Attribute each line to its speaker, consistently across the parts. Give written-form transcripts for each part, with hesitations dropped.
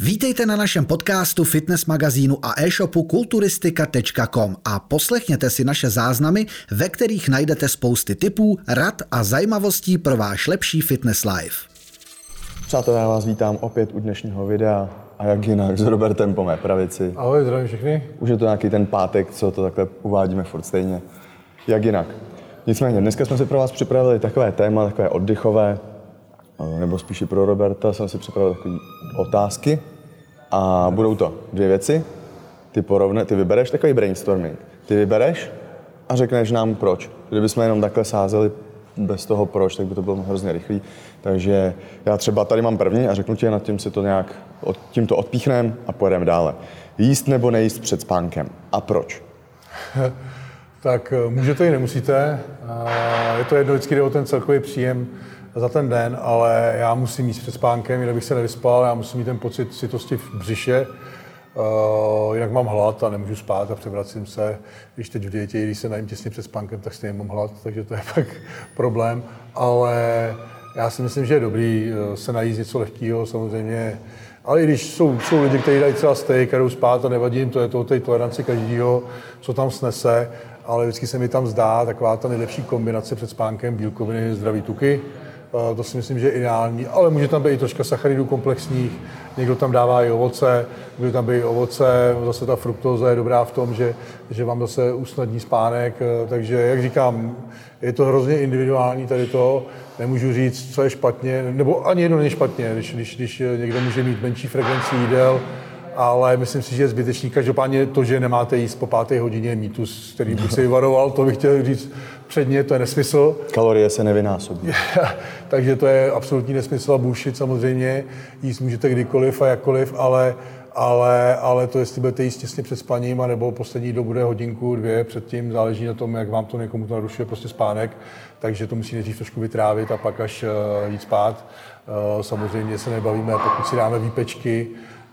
Speaker 1: Vítejte na našem podcastu, fitness magazínu a e-shopu kulturistika.com a poslechněte si naše záznamy, ve kterých najdete spousty tipů, rad a zajímavostí pro váš lepší fitness life.
Speaker 2: Přátelé, já vás vítám opět u dnešního videa a jak jinak s Robertem po mé pravici.
Speaker 3: Ahoj, zdravím všechny.
Speaker 2: Už je to nějaký ten pátek, co to takhle uvádíme furt stejně. Jak jinak. Nicméně, dneska jsme si pro vás připravili takové téma, takové oddychové, nebo spíše pro Roberta jsem si připravil takové otázky a budou to dvě věci. Ty vybereš takový brainstorming. Ty vybereš a řekneš nám proč. Kdybychom jenom takhle sázeli bez toho proč, tak by to bylo hrozně rychlý. Takže já třeba tady mám první a řeknu ti, nad tím si to nějak tímto odpíchneme a pojedeme dále. Jíst nebo nejíst před spánkem a proč?
Speaker 3: Tak můžete i nemusíte. Je to jedno, vždycky jde o ten celkový příjem za ten den, ale já musím jíst před spánkem, jinak bych se nevyspal, já musím mít ten pocit sytosti v břiše, jinak mám hlad a nemůžu spát a převracím se. Když teď v dietě, když se najím těsně před spánkem, tak stejně mám hlad, takže to je pak problém. Ale já si myslím, že je dobrý se najíst něco lehkého samozřejmě. Ale i když jsou lidi, kteří dají třeba steak a jdou spát a nevadí jim, to je to o té toleranci každého, co tam snese, ale vždycky se mi tam zdá taková ta nejlepší kombinace před spánkem bílkoviny, zdraví tuky. To si myslím, že je ideální, ale může tam být i troška sacharidů komplexních, někdo tam dává i ovoce, může tam být i ovoce, zase ta fruktóza je dobrá v tom, že vám zase usnadní spánek, takže jak říkám, je to hrozně individuální tady to, nemůžu říct, co je špatně, nebo ani jedno není špatně, když někdo může mít menší frekvenci jídel, ale myslím si, že je zbytečný. Každopádně to, že nemáte jíst po 5. hodině, je mýtus, který bych si varoval, to bych chtěl říct předně, to je nesmysl.
Speaker 2: Kalorie se nevynásobí.
Speaker 3: Takže to je absolutní nesmysl a bullshit samozřejmě. Jíst můžete kdykoliv a jakkoliv, ale to, jestli budete jíst těsně před spaním, anebo poslední dobu bude hodinku, dvě předtím, záleží na tom, jak vám to někomu to narušuje prostě spánek, takže to musí nejdřív trošku vytrávit a pak až jít spát. Samozřejmě se nebavíme, pokud si dáme výpečky,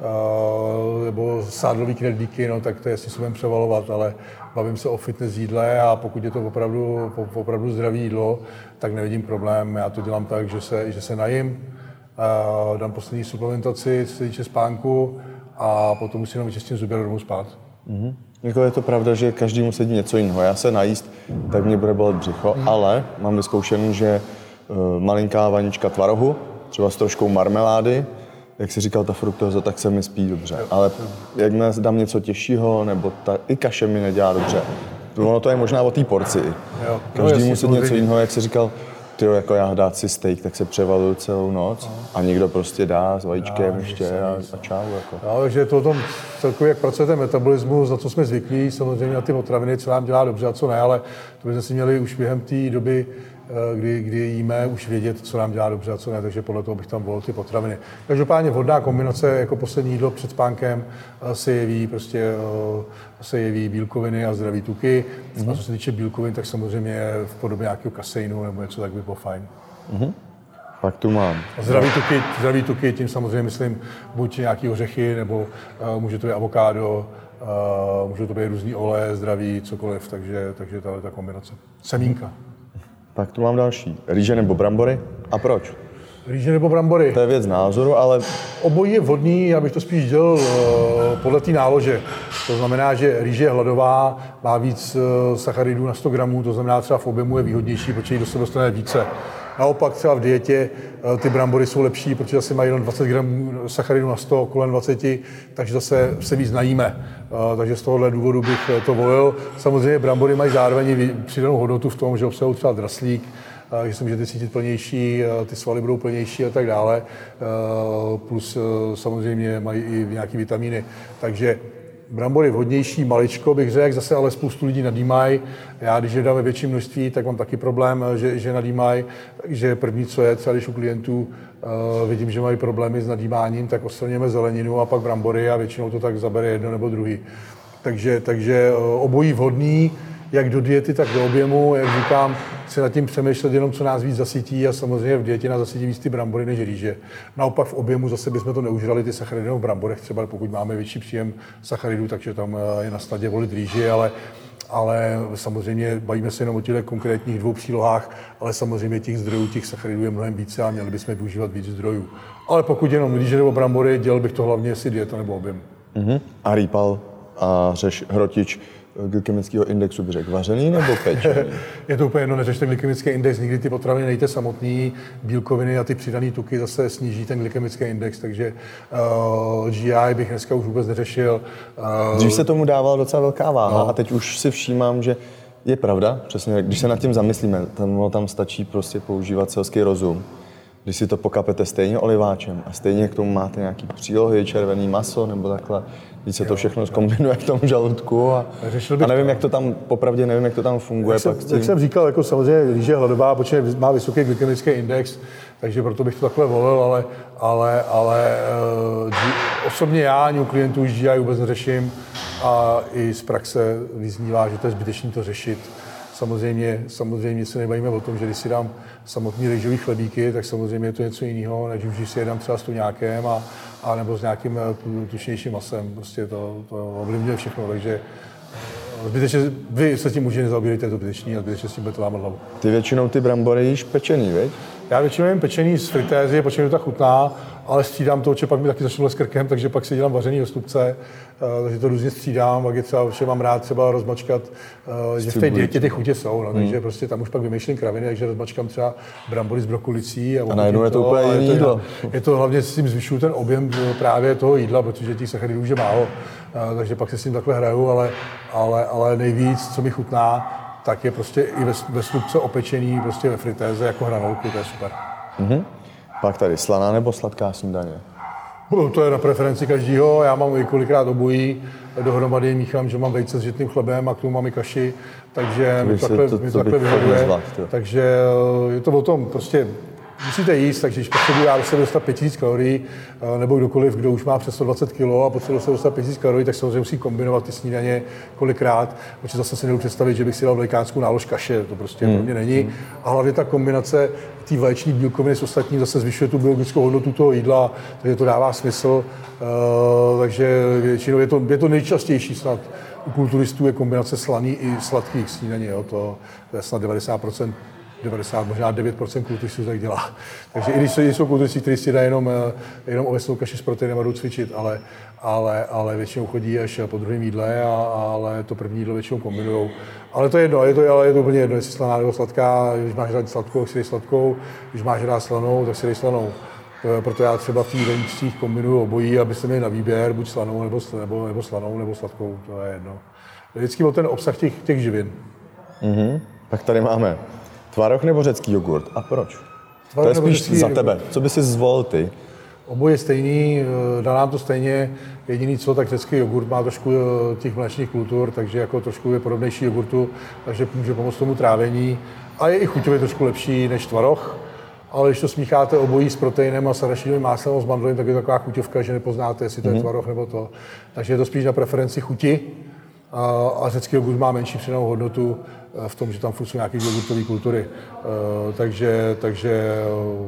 Speaker 3: nebo sádlový knedlíky, no, tak to je, jestli se budeme převalovat, ale bavím se o fitness jídle a pokud je to opravdu zdravé jídlo, tak nevidím problém. Já to dělám tak, že se najím, dám poslední suplementaci, co se týče spánku a potom musím jenom vyčistit zuby a domů spát.
Speaker 2: Mm-hmm. Jako je to pravda, že každému sedí něco jiného. Já se najíst, tak mě bude bolet břicho, ale mám vyzkoušenou, že malinká vanička tvarohu, třeba s troškou marmelády, jak jsi říkal, ta fruktóza, tak se mi spí dobře. Ale jakmile dám něco těžšího, nebo i kaše mi nedělá dobře. Ono to je možná o té porci. Každý musí něco jiného, jak jsi říkal, jako já dát si steak, tak se převaluju celou noc a někdo prostě dá s vajíčkem ještě a čau. Jako.
Speaker 3: Takže je to o tom celkově, jak pracuje ten metabolismus, na co jsme zvyklí, samozřejmě na ty potraviny, co nám dělá dobře a co ne, ale to bychom si měli už během té doby, kdy jíme, už vědět, co nám dělá dobře a co ne, takže podle toho bych tam volil ty potraviny. Každopádně vhodná kombinace jako poslední jídlo před spánkem se jeví bílkoviny a zdraví tuky. A co se týče bílkovin, tak samozřejmě v podobě nějakého kaseinu nebo něco, tak by bylo fajn.
Speaker 2: Pak tu mám.
Speaker 3: Zdraví tuky, tím samozřejmě myslím buď nějaký ořechy, nebo může to být avokádo, může to být různý oleje, zdraví, cokoliv, takže tahle ta kombinace. Semínka.
Speaker 2: Pak tu mám další. Rýže nebo brambory? A proč?
Speaker 3: Rýže nebo brambory?
Speaker 2: To je věc názoru, ale...
Speaker 3: Obojí je vhodný, já bych to spíš dělal podle té nálože. To znamená, že rýže je hladová, má víc sacharidů na 100 gramů, to znamená třeba v objemu je výhodnější, protože jí do sebe dostane více. Naopak třeba v dietě ty brambory jsou lepší, protože zase mají jenom 20 gramů sacharidů na 100, kolem 20, takže zase se víc najíme. Takže z tohohle důvodu bych to volil. Samozřejmě brambory mají zároveň přidanou hodnotu v tom, že obsahují třeba draslík, že se můžete cítit plnější, ty svaly budou plnější a tak dále. Plus samozřejmě mají i nějaké vitamíny. Takže brambory vhodnější, maličko bych řekl, zase ale spoustu lidí nadýmají. Já, když je dám ve větším množství, tak mám taky problém, že nadýmají. Takže první, co je, třeba když u klientů vidím, že mají problémy s nadýmáním, tak odstraňujeme zeleninu a pak brambory a většinou to tak zabere jedno nebo druhý. Takže obojí vhodný, jak do diety, tak do objemu. Jak říkám, si nad tím přemýšlet jenom, co nás víc zasytí a samozřejmě v dietě nás zasytí víc ty brambory než rýže. Naopak v objemu zase bychom to neužrali ty sacharidy v bramborech, třeba pokud máme větší příjem sacharidů, takže tam je na snadě volit rýži, ale samozřejmě bavíme se jenom o těch konkrétních 2 přílohách, ale samozřejmě těch zdrojů, těch sacharidů je mnohem více a měli bychom využívat víc zdrojů. Ale pokud jenom když jde o brambory, dělal bych to hlavně jestli dieta nebo objem.
Speaker 2: A rýpal a řeš hrotič glykemického indexu by řekl vařený nebo pečený?
Speaker 3: Je to úplně jedno, neřešte glykemický index, nikdy ty potraviny nejte samotný, bílkoviny a ty přidané tuky zase sníží ten glykemický index, takže GI bych dneska už vůbec neřešil.
Speaker 2: Dřív se tomu dával docela velká váha a teď už si všímám, že je pravda, přesně, když se nad tím zamyslíme, tam stačí prostě používat selský rozum. Když si to pokapete stejně oliváčem a stejně k tomu máte nějaký přílohy, červený maso nebo takhle, když se to všechno zkombinuje v tom žaludku a nevím, jak to tam, popravdě nevím, jak to tam funguje.
Speaker 3: Jak jsem říkal, jako samozřejmě líže hladová, protože má vysoký glykemický index, takže proto bych to takhle volil, ale osobně já ani u klientů už GI vůbec neřeším a i z praxe vyznívá, že to je zbytečné to řešit. Samozřejmě se nebavíme o tom, že když si dám samotný rýžový chlebíky, tak samozřejmě je to něco jiného, než když si je dám třeba s tuňákem a nebo s nějakým tučnějším masem. Prostě to ovlivňuje všechno, takže zbytečně, vy se tím určitě nezaobírejte, je to zbytečný a zbytečně s tím budete lámat hlavu.
Speaker 2: Ty většinou ty brambory jíš pečený, viď?
Speaker 3: Já většinou jím pečený z fritézy, protože mi to tak chutná, ale střídám to, že pak mi taky začalo s krkem, takže pak si dělám vařený ostupce, takže to různě střídám, pak je třeba, že mám rád třeba rozmačkat, že v té dietě ty chutě jsou, takže prostě tam už pak vymýšlím kraviny, takže rozmačkám třeba brambory s brokolicí.
Speaker 2: A najednou je to úplně jiný jídlo.
Speaker 3: Je to hlavně s tím zvyšuju ten objem právě toho jídla, protože těch sacharidů už je málo, takže pak se s tím takhle hraju, ale nejvíc, co mi chutná, tak je prostě i ve slupce opečený prostě ve fritéze jako hranolky, to je super.
Speaker 2: Pak tady slaná nebo sladká snídaně?
Speaker 3: To je na preferenci každýho, já mám i kolikrát obojí, dohromady míchám, že mám vejce s žitným chlebem a k tomu mám i kaši, takže mi to takhle vyhovuje. Takže je to o tom, prostě musíte jíst, takže když potřebuji já do sebe dostat 5000 kalorií, nebo kdokoliv, kdo už má přes 120 kg a potřebuje se dostat 5000 kalorií, tak samozřejmě musí kombinovat ty snídaně kolikrát, protože zase si nebudu představit, že bych si dal velikánskou nálož kaše, to prostě pro mě není. A hlavně ta kombinace té vaječné bílkoviny s ostatním zase zvyšuje tu biologickou hodnotu toho jídla, takže to dává smysl, takže většinou je to nejčastější snad u kulturistů je kombinace slaný i sladkých snídaní, jo, to je snad 90%, možná 9% kulturistů tak dělá. Takže i když jsou kulturisti, kteří si dají jenom ovesnou kaši s proteinem a jdou cvičit, ale většinou chodí až po druhém jídle, ale to první jídlo většinou kombinujou. Ale to je jedno, je to úplně jedno, jestli slaná nebo sladká, když máš rád sladkou, tak si dej sladkou, když máš rád slanou, tak si dej slanou. Proto já třeba v těch jídelníčcích kombinuju obojí, abyste měli na výběr, buď slanou, nebo slanou, nebo sladkou, to je jedno. Vždycky o ten obsah těch živin.
Speaker 2: Tak tady máme tvaroh nebo řecký jogurt a proč? To je spíš za tebe. Co by si zvolil ty?
Speaker 3: Oboje stejný, dá nám to stejně. Jediný co, tak řecký jogurt má trošku těch mléčných kultur, takže jako trošku je podobnější jogurtu, takže může pomoct tomu trávení. A je i chuťově trošku lepší než tvaroh. Ale když to smícháte obojí s proteinem a s arašidovým máslem s mandlem, tak je taková chuťovka, že nepoznáte, jestli to je tvaroh nebo to. Takže je to spíš na preferenci chuti. A řecký jogurt má menší přidanou hodnotu v tom, že tam furt jsou nějaké jogurtové kultury. Takže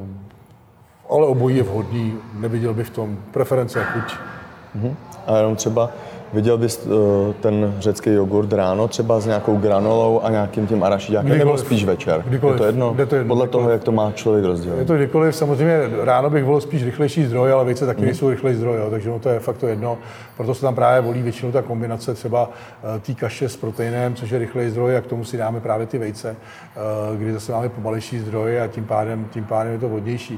Speaker 3: ale obojí je vhodný, neviděl bych v tom preference a chuť.
Speaker 2: A jenom třeba viděl bys ten řecký jogurt ráno třeba s nějakou granolou a nějakým tím arašiďákem, nebo spíš večer?
Speaker 3: Kdykoliv.
Speaker 2: Je to jedno? Podle toho, jak to má člověk rozdělit.
Speaker 3: Je to kdykoliv, samozřejmě ráno bych volil spíš rychlejší zdroj, ale vejce taky nejsou rychlejší zdroj, jo, takže to je fakt to jedno. Proto se tam právě volí většinou ta kombinace třeba té kaše s proteinem, což je rychlejší zdroj, a k tomu si dáme právě ty vejce, kdy zase máme pomalejší zdroj a tím pádem je to vhodnější.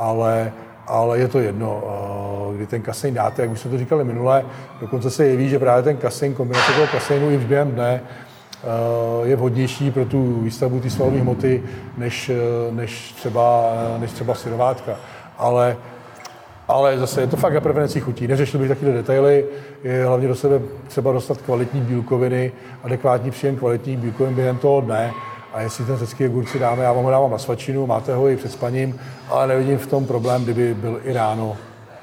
Speaker 3: Ale je to jedno, kdy ten kasein dáte, jak už jsme to říkali minule, dokonce se jeví, že právě ten kasein, kombinace toho kaseinu i v během dne je vhodnější pro tu výstavbu té svalové hmoty, než třeba syrovátka. Ale zase je to fakt na preferenci chutí. Neřešil bych takové detaily, je hlavně do sebe třeba dostat kvalitní bílkoviny, adekvátní příjem kvalitních bílkovin během toho dne. A jestli ten řecký jogurt si dáme, já vám ho dávám na svačinu, máte ho i před spaním, ale nevidím v tom problém, kdyby byl i ráno.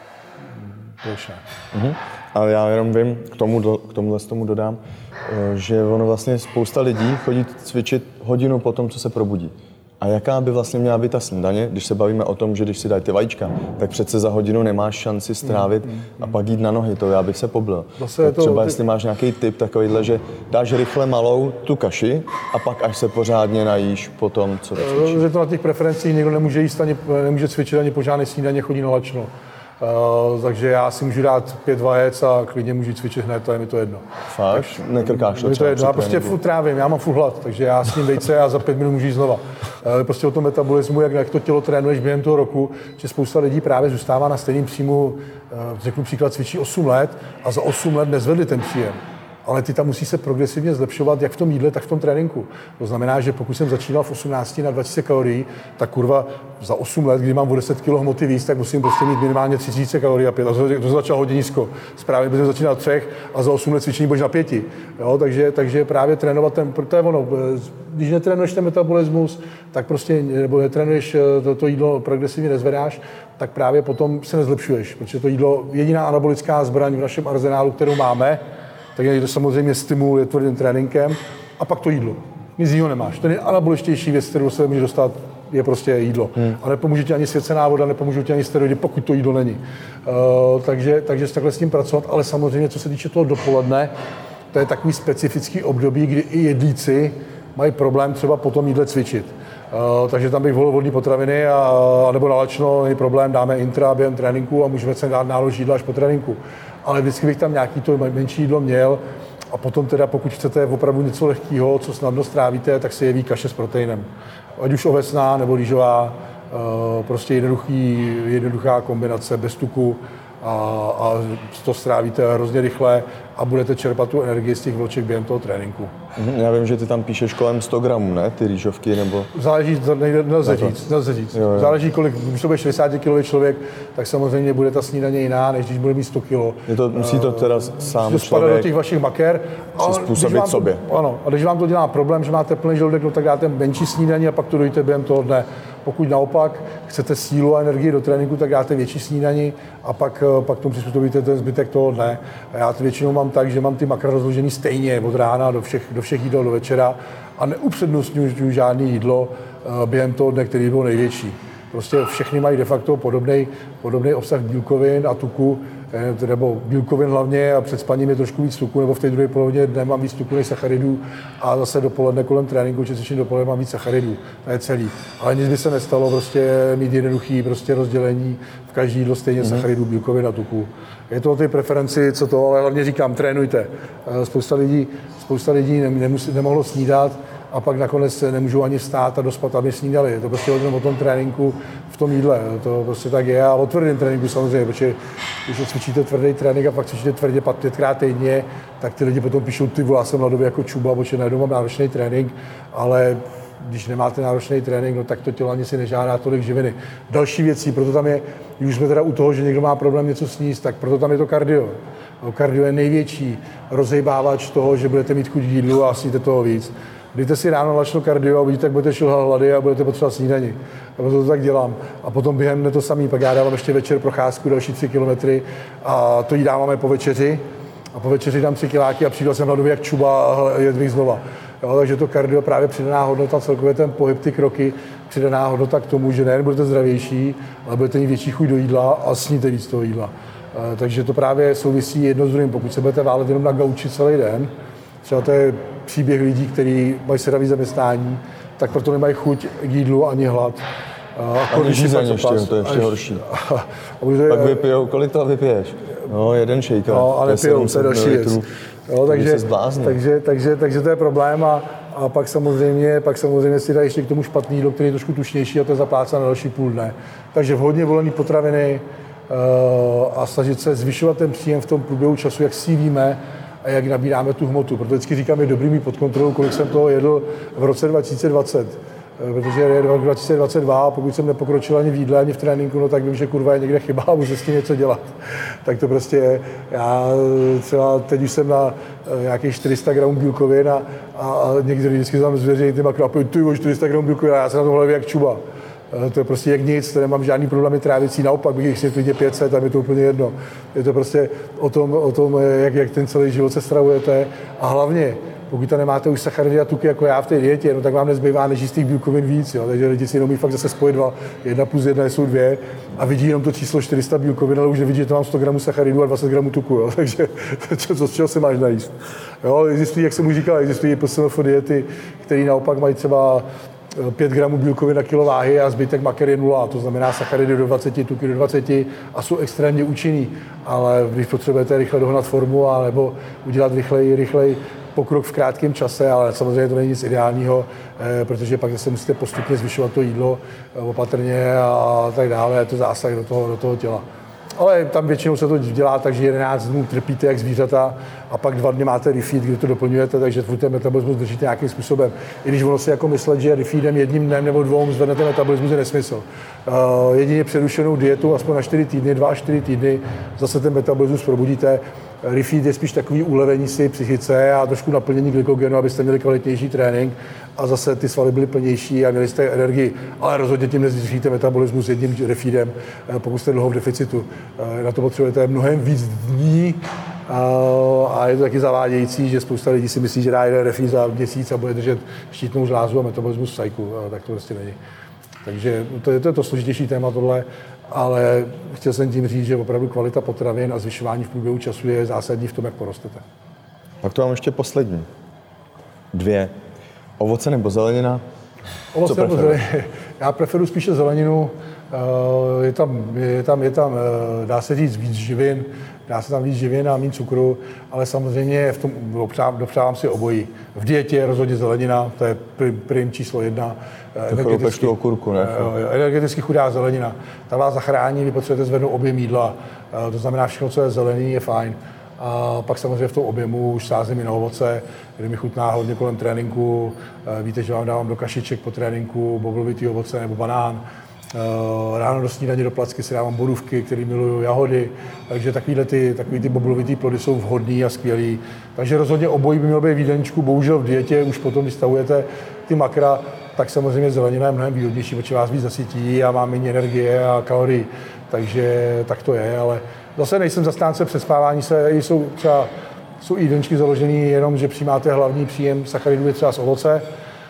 Speaker 3: Proč ne?
Speaker 2: Ale já jenom vím, k tomu dodám, že ono vlastně spousta lidí chodí cvičit hodinu po tom, co se probudí. A jaká by vlastně měla být ta snídaně, když se bavíme o tom, že když si dají ty vajíčka, tak přece za hodinu nemáš šanci strávit a pak jít na nohy, to já bych se poblil. Tak třeba jestli máš nějaký tip takovýhle, že dáš rychle malou tu kaši a pak až se pořádně najíš po tom, co cvičíš.
Speaker 3: Že to na těch preferencích někdo nemůže jíst ani, nemůže cvičit ani po žádné snídaně, chodí na lačno. Takže já si můžu dát 5 vajec a klidně můžu cvičit hned, a je mi to jedno.
Speaker 2: Fakt? Nekrkáš to třeba?
Speaker 3: Já prostě furt trávím, já mám furt hlad, takže já s tím vejce a za 5 minut můžu jít znova. Prostě o tom metabolismu, jak to tělo trénuješ během toho roku, že spousta lidí právě zůstává na stejném příjmu, řeknu příklad, cvičí 8 let a za 8 let nezvedli ten příjem. Ale ty tam musí se progresivně zlepšovat jak v tom jídle, tak v tom tréninku. To znamená, že pokud jsem začínal v 18 na 2000 kalorií, tak kurva za 8 let, kdy mám o 10 kg hmoty víc, tak musím prostě mít minimálně 3000 kalorií a 5. A to začalo hodně nízko. Správně bych začínal 3 a za 8 let cvičení budeš na 5. Jo, takže právě trénovat to je ono. Když netrénuješ ten metabolismus, tak prostě, nebo netrénuješ to jídlo, progresivně nezvedáš, tak právě potom se nezlepšuješ. Protože to jídlo, jediná anabolická zbraň v našem arzenálu, kterou máme, tak je to samozřejmě stimuluje tvrdým tréninkem a pak to jídlo. Nic jiného nemáš. Ten anaboličtější věc, kterou se může dostat, je prostě jídlo. A nepomůže ti ani svěcená voda, nepomůžou ti ani steroidy, pokud to jídlo není. Takže takhle s tím pracovat, ale samozřejmě, co se týče toho dopoledne, to je takový specifický období, kdy i jedlíci mají problém třeba po tom jídle cvičit. Takže tam bych volil vodní potraviny a nebo na lačno, není problém, dáme intra během tréninku a můžeme se dát nálož jídla až po tréninku. Ale vždycky bych tam nějaký to menší jídlo měl a potom teda, pokud chcete opravdu něco lehkého, co snadno strávíte, tak se jeví kaše s proteinem. Ať už ovesná nebo rýžová, prostě jednoduchá kombinace bez tuku a to strávíte hrozně rychle a budete čerpat tu energii z těch vlček během toho tréninku.
Speaker 2: Já vím, že ty tam píšeš kolem 100 gramů, ne? Ty rýžovky, nebo...
Speaker 3: Záleží, nelze říct. Jo. Záleží, kolik, když to bude 60 kg člověk, tak samozřejmě bude ta snídaně jiná, než když bude mít 100 kg.
Speaker 2: Musí to teda sám
Speaker 3: to spadá do těch vašich maker.
Speaker 2: Přizpůsobit sobě.
Speaker 3: Ano, a když vám to dělá problém, že máte plný žaludek, no tak dáte menší snídaní a pak to dojíte během toho dne. Pokud naopak chcete sílu a energii do tréninku, tak dáte větší snídaní a pak tomu přizpůsobíte ten zbytek toho dne. A já to většinou mám tak, že mám ty makra rozložený stejně od rána do všech jídel do večera a neupřednostňuji žádné jídlo během toho dne, který byl největší. Prostě všechny mají de facto podobný obsah bílkovin a tuku, nebo bílkovin hlavně a před spaním je trošku víc tuku, nebo v té druhé polovině dne mám víc tuku než sacharidů a zase dopoledne kolem tréninku, cvičení dopoledne mám víc sacharidů. To je celý. Ale nic by se nestalo prostě mít jednoduchý prostě rozdělení v každý jídlo stejně sacharidů, bílkovin a tuku. Je to o té preferenci, co to, ale hlavně říkám, trénujte. Spousta lidí nemohlo snídat a pak nakonec nemůžou ani vstát a dospat, aby snídali. Je to prostě o tom tréninku v tom jídle. To prostě tak je a o tvrdém tréninku samozřejmě, protože když cvičíte tvrdý trénink a pak cvičíte tvrdě 5krát týdně, tak ty lidi potom píšou, ty vole, jsem hladový jako čuba, protože najednou mám náročný trénink, ale když nemáte náročný trénink, no, tak to tělo ani si nežádá tolik živiny. Další věcí, proto tam je, když jsme teda u toho, že někdo má problém něco sníst, tak proto tam je to kardio. Kardio je největší rozhejbávač toho, že budete mít chuť k jídlu a sníte toho víc. Dejte si ráno lačno kardio a vidíte, jak budete šilhat hlady a budete potřebovat snídani. A to tak dělám. A potom během dne to samý, pak já dávám ještě večer procházku další 3 kilometry a to jí dáváme po večeři. A po večeři dám 3 kiláky a přijdu jsem hladový jak čuba a jedl znova. Jo, takže to kardio právě přidaná hodnota, celkově ten pohyb, ty kroky, přidaná hodnota k tomu, že nejen budete zdravější, ale budete mít větší chuť do jídla a sníte víc toho jídla. Takže to právě souvisí jedno s druhým. Pokud se budete válet jenom na gauči celý den, třeba to je příběh lidí, kteří mají sedavý zaměstnání, tak proto nemají chuť k jídlu ani hlad.
Speaker 2: A žízeň ještě, to je ještě horší. Pak vypijou, kolik toho vypiješ? No, jeden shaker.
Speaker 3: No, a nepijou, to je další věc. Jo, takže to je problém a pak samozřejmě si dají ještě k tomu špatný jídlo, který je trošku tučnější a to je zaplácá na další půl dne. Takže vhodně volený potraviny a snažit se zvyšovat ten příjem v tom průběhu času, jak sílíme a jak nabíráme tu hmotu. Proto vždycky říkám, je dobrý mít pod kontrolou, kolik jsem toho jedl v roce 2020. Protože je 2022 a pokud jsem nepokročil ani v jídle, ani v tréninku, no tak vím, že kurva je někde chyba a můžu s tím něco dělat. Tak to prostě je. Já třeba teď už jsem na nějakých 400 gramů bílkovin a někdy vždycky tam zvěřejí ty makro a pojď, ty 400 gramů bílkovin a já jsem na tom hlavě jak čuba. To je prostě jak nic, to nemám žádný problémy trávicí, naopak bych jich si klidně 500 a mi to úplně jedno. Je to prostě o tom jak ten celý život se stravujete a hlavně pokud tam nemáte už sacharidy a tuky jako já v té dietě, no tak vám nezbývá než těch bílkovin víc, jo. Takže lidi si jenom fakt zase spojit 1 + 1 jsou 2 a vidí jenom to číslo 400 bílkovin, ale už nevidí, že to mám 100 gramů sacharidů a 20 gramů tuku, jo. Takže z čeho se máš najíst. Jo, existují, jak jsem už říkal, existují PSMF diety, které naopak mají třeba 5 gramů bílkovin na kilo váhy a zbytek maker je 0, to znamená sacharidy do 20, tuky do 20 a jsou extrémně účinný, ale když potřebujete rychle dohnat formu a nebo udělat rychlej pokrok v krátkém čase, ale samozřejmě to není nic ideálního, protože pak zase musíte postupně zvyšovat to jídlo opatrně a tak dále, je to zásah do toho těla. Ale tam většinou se to dělá tak, že 11 dnů trpíte jak zvířata a pak 2 dny máte refeed, kde to doplňujete, takže ten metabolismus držíte nějakým způsobem. I když ono si jako myslet, že refeedem 1 dnem nebo 2 zvednete metabolismus, je nesmysl. Jedině přerušenou dietu, aspoň na 4 týdny, 2 až 4 týdny, zase ten metabolismus probudíte. Refeed je spíš takový ulevení si psychice a trošku naplnění glykogenu, abyste měli kvalitnější trénink a zase ty svaly byly plnější a měli jste energii, ale rozhodně tím nezvýšíte metabolismus jedním refeedem, pokud jste dlouho v deficitu. Na to potřebujete mnohem víc dní a je to taky zavádějící, že spousta lidí si myslí, že dá jeden refeed za měsíc a bude držet štítnou žlázu a metabolismus v cyklu, tak to prostě není. Takže to je to složitější téma tohle, ale chtěl jsem tím říct, že opravdu kvalita potravin a zvyšování v průběhu času je zásadní v tom, jak porostete.
Speaker 2: Pak tu mám ještě poslední. 2. Ovoce nebo zelenina?
Speaker 3: Ovoce nebo zelenina. Já preferuji spíše zeleninu. Je tam, dá se říct, víc živin, dá se tam víc živin a méně cukru, ale samozřejmě v tom dopřávám si obojí. V dietě rozhodně zelenina, to je prim číslo 1.
Speaker 2: Energeticky okurku, ne?
Speaker 3: Energeticky chudá zelenina. Ta vás zachrání, vy potřebujete zvednout objem jídla, to znamená všechno, co je zelený, je fajn. A pak samozřejmě v tom objemu už sázím i na ovoce, kde mi chutná hodně kolem tréninku. Víte, že vám dávám do kašiček po tréninku boblovitý ovoce nebo banán. Ráno do snídaně do placky si dávám borůvky, které miluju, jahody, takže takový ty boblovitý plody jsou vhodný a skvělý. Takže rozhodně obojí by mělo být v jídelníčku, bohužel v dietě, už potom, když stavujete ty makra, tak samozřejmě zelenina je mnohem výhodnější, protože vás víc zasytí a má méně energie a kalorií, takže tak to je, ale zase nejsem zastánce přespávání se, jsou jídelníčky založený jenom, že přijímáte hlavní příjem sacharidů třeba z ovoce,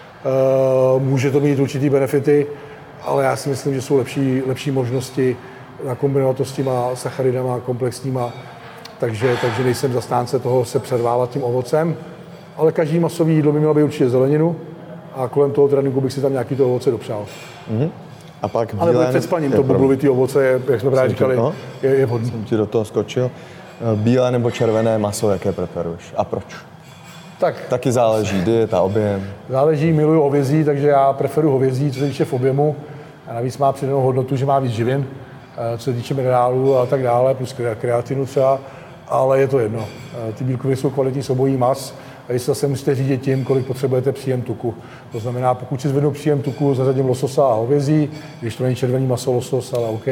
Speaker 3: může to mít určitý benefity, ale já si myslím, že jsou lepší možnosti nakombinovat to s těma sacharidama komplexníma, takže nejsem zastánce toho se předvávat tím ovocem, ale každý masový jídlo by mělo být určitě zeleninu a kolem toho tréninku bych si tam nějaký to ovoce dopřál.
Speaker 2: Mm-hmm. A pak
Speaker 3: ale bude před spaním, to boblovitý ovoce, jak jsme právě říkali, je vhodný.
Speaker 2: Jsem ti do toho skočil. Bílé nebo červené maso, jaké preferuješ a proč? Taky záleží, dieta, objem.
Speaker 3: Záleží, miluju hovězí, takže já preferuji hovězí, co se týče v objemu. A navíc má přidanou hodnotu, že má víc živin, co se týče minerálů a tak dále, plus kreatinu třeba, ale je to jedno. Ty bílkoviny jsou kvalitní z obojí mas, a jestli zase musíte řídit tím, kolik potřebujete příjem tuku. To znamená, pokud si zvednu příjem tuku, zařadím lososa a hovězí, když to není červený maso, losos, ale OK.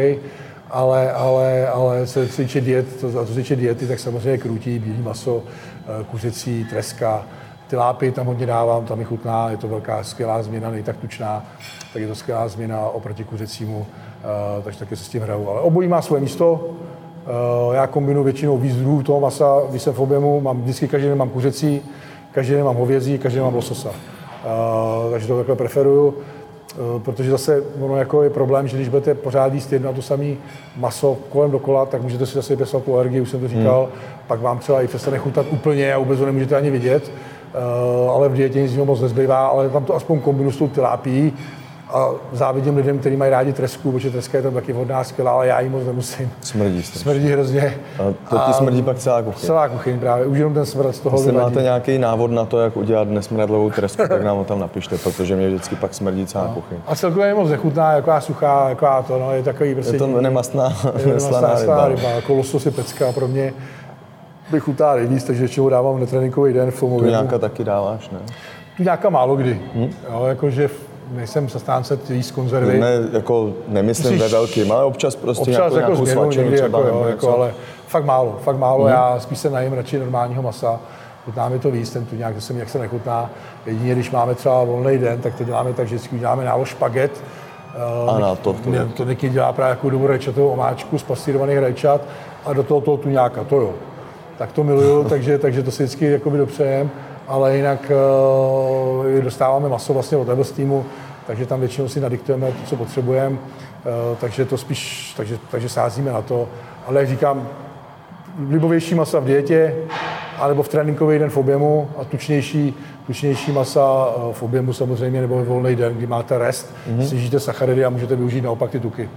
Speaker 3: Ale co se týče diety, tak samozřejmě krutí, bílý maso, kuřecí, treska, tilápy tam hodně dávám, tam mi chutná, je to velká skvělá změna, nej tak tučná, tak je to skvělá změna oproti kuřecímu, takže taky se s tím hraju. Ale obojí má své místo, já kombinuji většinou víc druhů toho masa, když jsem v objemu, vždycky každý den mám kuřecí, každý den mám hovězí, každý den mám lososa. Takže to takhle preferuju. Protože zase ono jako je problém, že když budete pořád jíst jedno a to samé maso kolem dokola, tak můžete si zase vypěstovat tu alergii, už jsem to říkal, pak vám třeba i přestane chutat úplně a vůbec ho nemůžete ani vidět, ale v dietě nic moc nezbývá, ale tam to aspoň kombinuji s tou tilápií a závidím lidem, kteří mají rádi tresku, protože treska je tam taky vhodná, skvělá, ale já ji moc nemusím. Smrdí hrozně.
Speaker 2: A to ti smrdí pak celá kuchyň.
Speaker 3: Celá kuchyň právě, už jenom ten smrad z toho.
Speaker 2: Jestli máte nějaký návod na to, jak udělat nesmradlovou tresku, tak nám ho tam napište, protože mě vždycky pak smrdí celá kuchyň.
Speaker 3: A celkově je moc nechutná, jaká suchá, jaká to, no, je takový prostě.
Speaker 2: Je to nemastná ryba.
Speaker 3: Jako losos je pecka pro mě. Bych chutná nejvíc, takže většinou dávám na tréninkový den v tomu.
Speaker 2: Tu nějaká taky dáváš, ne?
Speaker 3: Tu nějaká málo kdy. Jo, jakože nejsem zastánce jíst konzervy.
Speaker 2: Ne, jako nemyslím ve velkým, ale občas prostě nějakou svačinu třeba.
Speaker 3: Ale fakt málo. Já spíš se najím radši normálního masa. Chutná mi to víc, ten tu nějak se nechutná. Jedině, když máme třeba volný den, tak to děláme tak, že si uděláme nálož špaget. To Niky dělá právě jako dobrou rajčatovou omáčku z pastírovaných rajčat a do toho tuňáka, to jo. Tak to miluju, takže to si vždycky jakoby dopřejem. ale jinak dostáváme maso vlastně od Evos týmu, takže tam většinou si nadiktujeme to, co potřebujeme, takže to spíš, takže sázíme na to. Ale jak říkám, libovější masa v dietě, anebo v tréninkový den v objemu a tučnější masa v objemu samozřejmě, nebo ve volný den, kdy máte rest, snížíte sacharidy a můžete využít naopak ty tuky.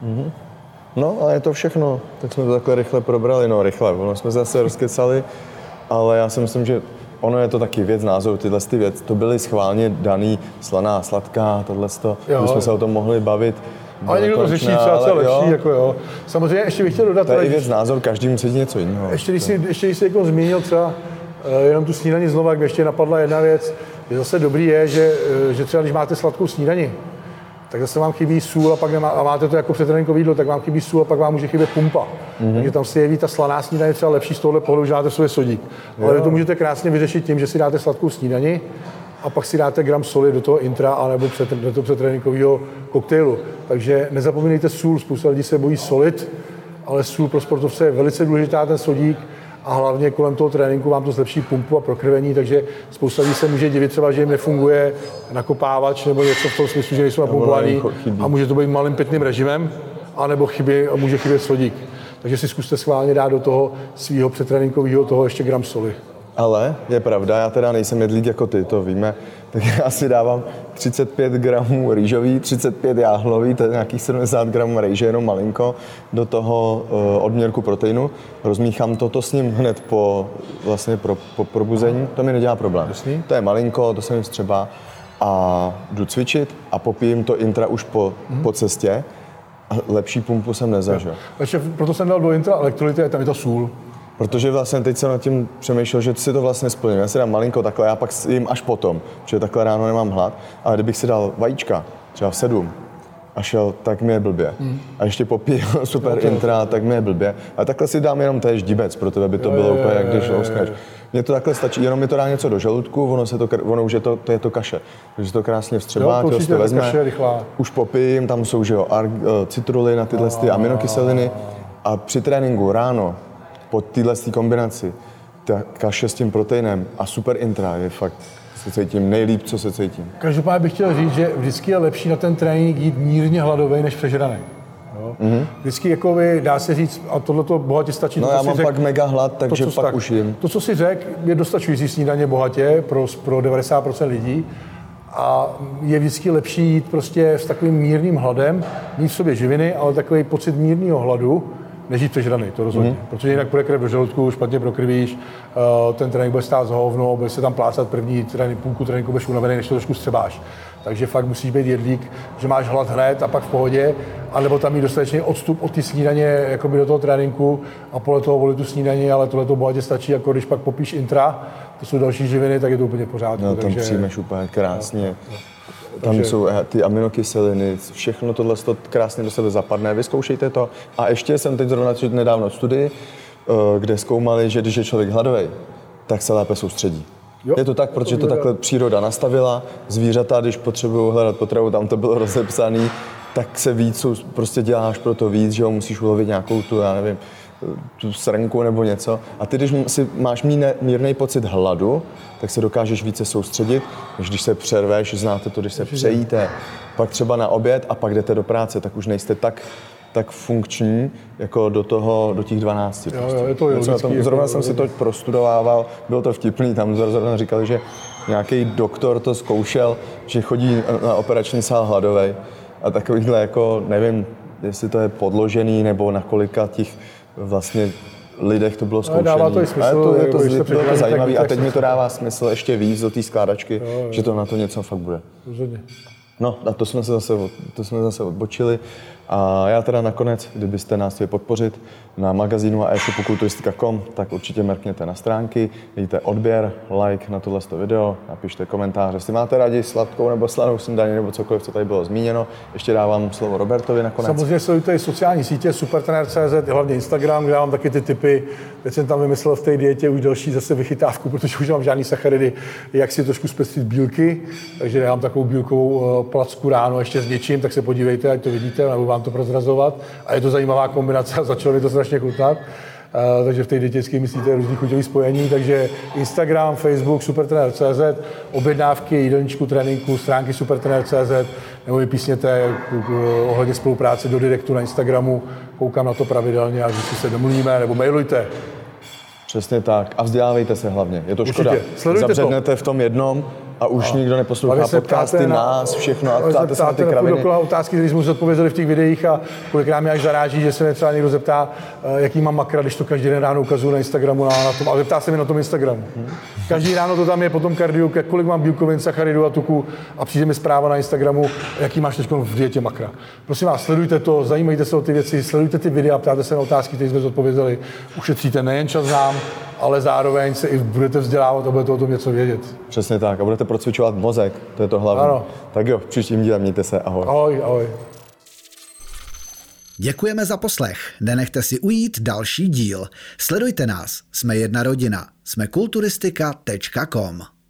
Speaker 2: No, ale je to všechno. Tak jsme to takhle rychle probrali, ono jsme zase rozkecali, ale já si myslím, že ono je to taky věc názoru, tyhle ty věci, to byly schválně daný slaná, sladká, tohleto, my jsme se o tom mohli bavit.
Speaker 3: Ale někdo to řeší třeba co lepší, jako jo. Samozřejmě ještě bych chtěl dodat...
Speaker 2: To je i věc názor, každý musí něco jiného.
Speaker 3: Ještě když jsi jako zmínil třeba jenom tu snídani znova, jak mě ještě napadla jedna věc, je zase dobrý že třeba když máte sladkou snídani, tak zase vám chybí sůl a pak a máte to jako předtréninkové jídlo, tak vám chybí sůl a pak vám může chybět pumpa. Takže tam si jeví ta slaná snídaně třeba lepší z tohohle pohledu, že máte v sobě sodík. Ale vy to můžete krásně vyřešit tím, že si dáte sladkou snídani a pak si dáte gram soli do toho intra anebo do toho předtréninkového koktejlu. Takže nezapomeňte sůl, spousta lidí se bojí solit, ale sůl pro sportovce je velice důležitá, ten sodík, a hlavně kolem toho tréninku vám to zlepší pumpu a prokrvení, takže spousta lidí se může divit třeba, že jim nefunguje nakopávač nebo něco v tom smyslu, že nejsou napumpovaný a může to být malým pitným režimem, anebo může chybět sodík. Takže si zkuste schválně dát do toho svého předtréninkového toho ještě gram soli.
Speaker 2: Ale je pravda, já teda nejsem jedlík jako ty, to víme, tak já si dávám 35 gramů rýžový, 35 jáhlový, to je nějakých 70 gramů rejže, jenom malinko, do toho odměrku proteinu, rozmíchám to s ním hned po probuzení, to mi nedělá problém.
Speaker 3: Jasný.
Speaker 2: To je malinko, to se mi vstřebá a jdu cvičit a popijím to intra už po cestě a lepší pumpu jsem nezažil.
Speaker 3: Takže proto jsem dal do intra elektrolyty a tam je to sůl.
Speaker 2: Protože vlastně teď jsem nad tím přemýšlel, že si to vlastně splním. Já si dám malinko takhle, já pak jim až potom, protože takhle ráno nemám hlad. Ale kdybych si dal vajíčka, třeba v 7, a šel, tak mi je blbě. A ještě popiju super intra, tak mi je blbě. A takhle si dám jenom též díbec, pro tebe by to bylo úplně jak když louskneš. Mně to takhle stačí, jenom mi to dá něco do žaludku, ono už je to kaše. Takže to krásně vstřebá, tělo si to vezme, už popijím, tam jsou citruly na tyhle aminokyseliny. A při tréninku ráno, po téhle kombinaci, ta kaše s tím proteinem a super intra je fakt, se cítím nejlíp, co se cítím.
Speaker 3: Každopádně bych chtěl říct, že vždycky je lepší na ten trénink jít mírně hladovej než přežraný. Vždycky jakoby, dá se říct, a tohleto bohatě stačí.
Speaker 2: No já mám pak mega hlad, takže pak už jim.
Speaker 3: To, co si řekl, je dostačující snídaně bohatě pro 90% lidí. A je vždycky lepší jít prostě s takovým mírným hladem, mít v sobě živiny, ale takový pocit mírného hladu, než jít přežraný, to rozhodně. Protože jinak půjde krev do žaludku, špatně prokrvíš, ten trénink bude stát za hovno, bude se tam plácat půlku tréninku, budeš unavený, než to trošku střebáš. Takže fakt musíš být jedlík, že máš hlad hned a pak v pohodě, anebo tam mít dostatečný odstup od ty snídaně jakoby do toho tréninku a podle toho volit tu snídaně, ale tohle to bohatě stačí, jako když pak popíš intra, to jsou další živiny, tak je to úplně v pořádku.
Speaker 2: No, tam přijmeš úplně krásně. Tam jsou ty aminokyseliny, všechno tohle krásně do sebe zapadne, vyzkoušejte to. A ještě jsem teď zrovna nedávno studii, kde zkoumali, že když je člověk hladový, tak se lépe soustředí. Jo, je to tak, protože to takhle příroda nastavila. Zvířata, když potřebují hledat potravu, tam to bylo rozepsané, tak se víc, prostě děláš pro to víc, že ho musíš ulovit nějakou tu, já nevím, tu srnku nebo něco. A ty, když máš mírný pocit hladu, tak se dokážeš více soustředit, než když se přerveš, znáte to, když se přejíte, pak třeba na oběd a pak jdete do práce, tak už nejste tak funkční, jako do těch 12.
Speaker 3: Jo, je to logický.
Speaker 2: Zrovna jsem si to prostudovával, bylo to vtipný, tam zrovna říkali, že nějaký doktor to zkoušel, že chodí na operační sál hladovej a takovýhle jako, nevím, jestli to je podložený, nebo na kolika těch vlastně lidech to bylo zkoušení.
Speaker 3: Dává to i smysl.
Speaker 2: Je to zajímavé a teď mi to dává smysl ještě víc do té skládačky, že to na to něco fakt bude.
Speaker 3: Rozhodně.
Speaker 2: No a to jsme zase odbočili. A já teda nakonec, kdybyste nás chtěli podpořit na magazínu a e-shopu kulturistika.com, tak určitě mrkněte na stránky, dejte odběr, like na tohle video, napište komentář, jestli máte rádi sladkou nebo slanou snídaní nebo cokoliv, co tady bylo zmíněno. Ještě dávám slovo Robertovi nakonec.
Speaker 3: Samozřejmě sledujte i sociální sítě, supertrener.cz, hlavně Instagram, kde dávám taky ty tipy. Teď jsem tam vymyslel v té dietě už další zase vychytávku, protože už mám žádný sacharidy, jak si trošku zpestřit bílky, takže dávám takovou bílkovou placku ráno ještě s něčím, tak se podívejte, ať to vidíte, nebo vám to prozrazovat. A je to zajímavá kombinace a začalo mi to strašně chutnat. takže v té dietetické myslíte různý chuťový spojení, takže Instagram, Facebook, supertrener.cz, objednávky, jídelníčku, tréninku, stránky supertrener.cz, nebo vypísněte ohledně spolupráce do direktu na Instagramu, koukám na to pravidelně a vždycky se domluvíme, nebo mailujte.
Speaker 2: Přesně tak. A vzdělávejte se hlavně. Je to škoda. Zabřednete v tom jednom a už nikdo neposlouchá podcasty, nás, všechno a ptáte se na ty kraviny.
Speaker 3: Dokola otázky, které jsme už odpověděli v těch videích a kolikrát mě až zaráží, že se mě třeba někdo zeptá, jaký mám makra, když to každý den ráno ukazuju na Instagramu, na tom, ale zeptá se mi na tom Instagramu. Každý ráno to tam je potom kardio, kolik mám bílkovin, sacharidů a tuku a přijde mi zpráva na Instagramu, jaký máš teď v dietě makra. Prosím vás, sledujte to, zajímejte se o ty věci, sledujte ty videa, ptáte se na otázky, které jsme zodpověděli, ušetříte nejen čas nám, ale zároveň se i budete vzdělávat a budete o tom něco vědět.
Speaker 2: Přesně tak. A budete procvičovat mozek, to je to hlavní. Ano. Tak jo, v příštím díle mějte se. Ahoj.
Speaker 3: Ahoj, ahoj.
Speaker 1: Děkujeme za poslech. Nenechte si ujít další díl. Sledujte nás. Jsme jedna rodina. Jsme kulturistika.com.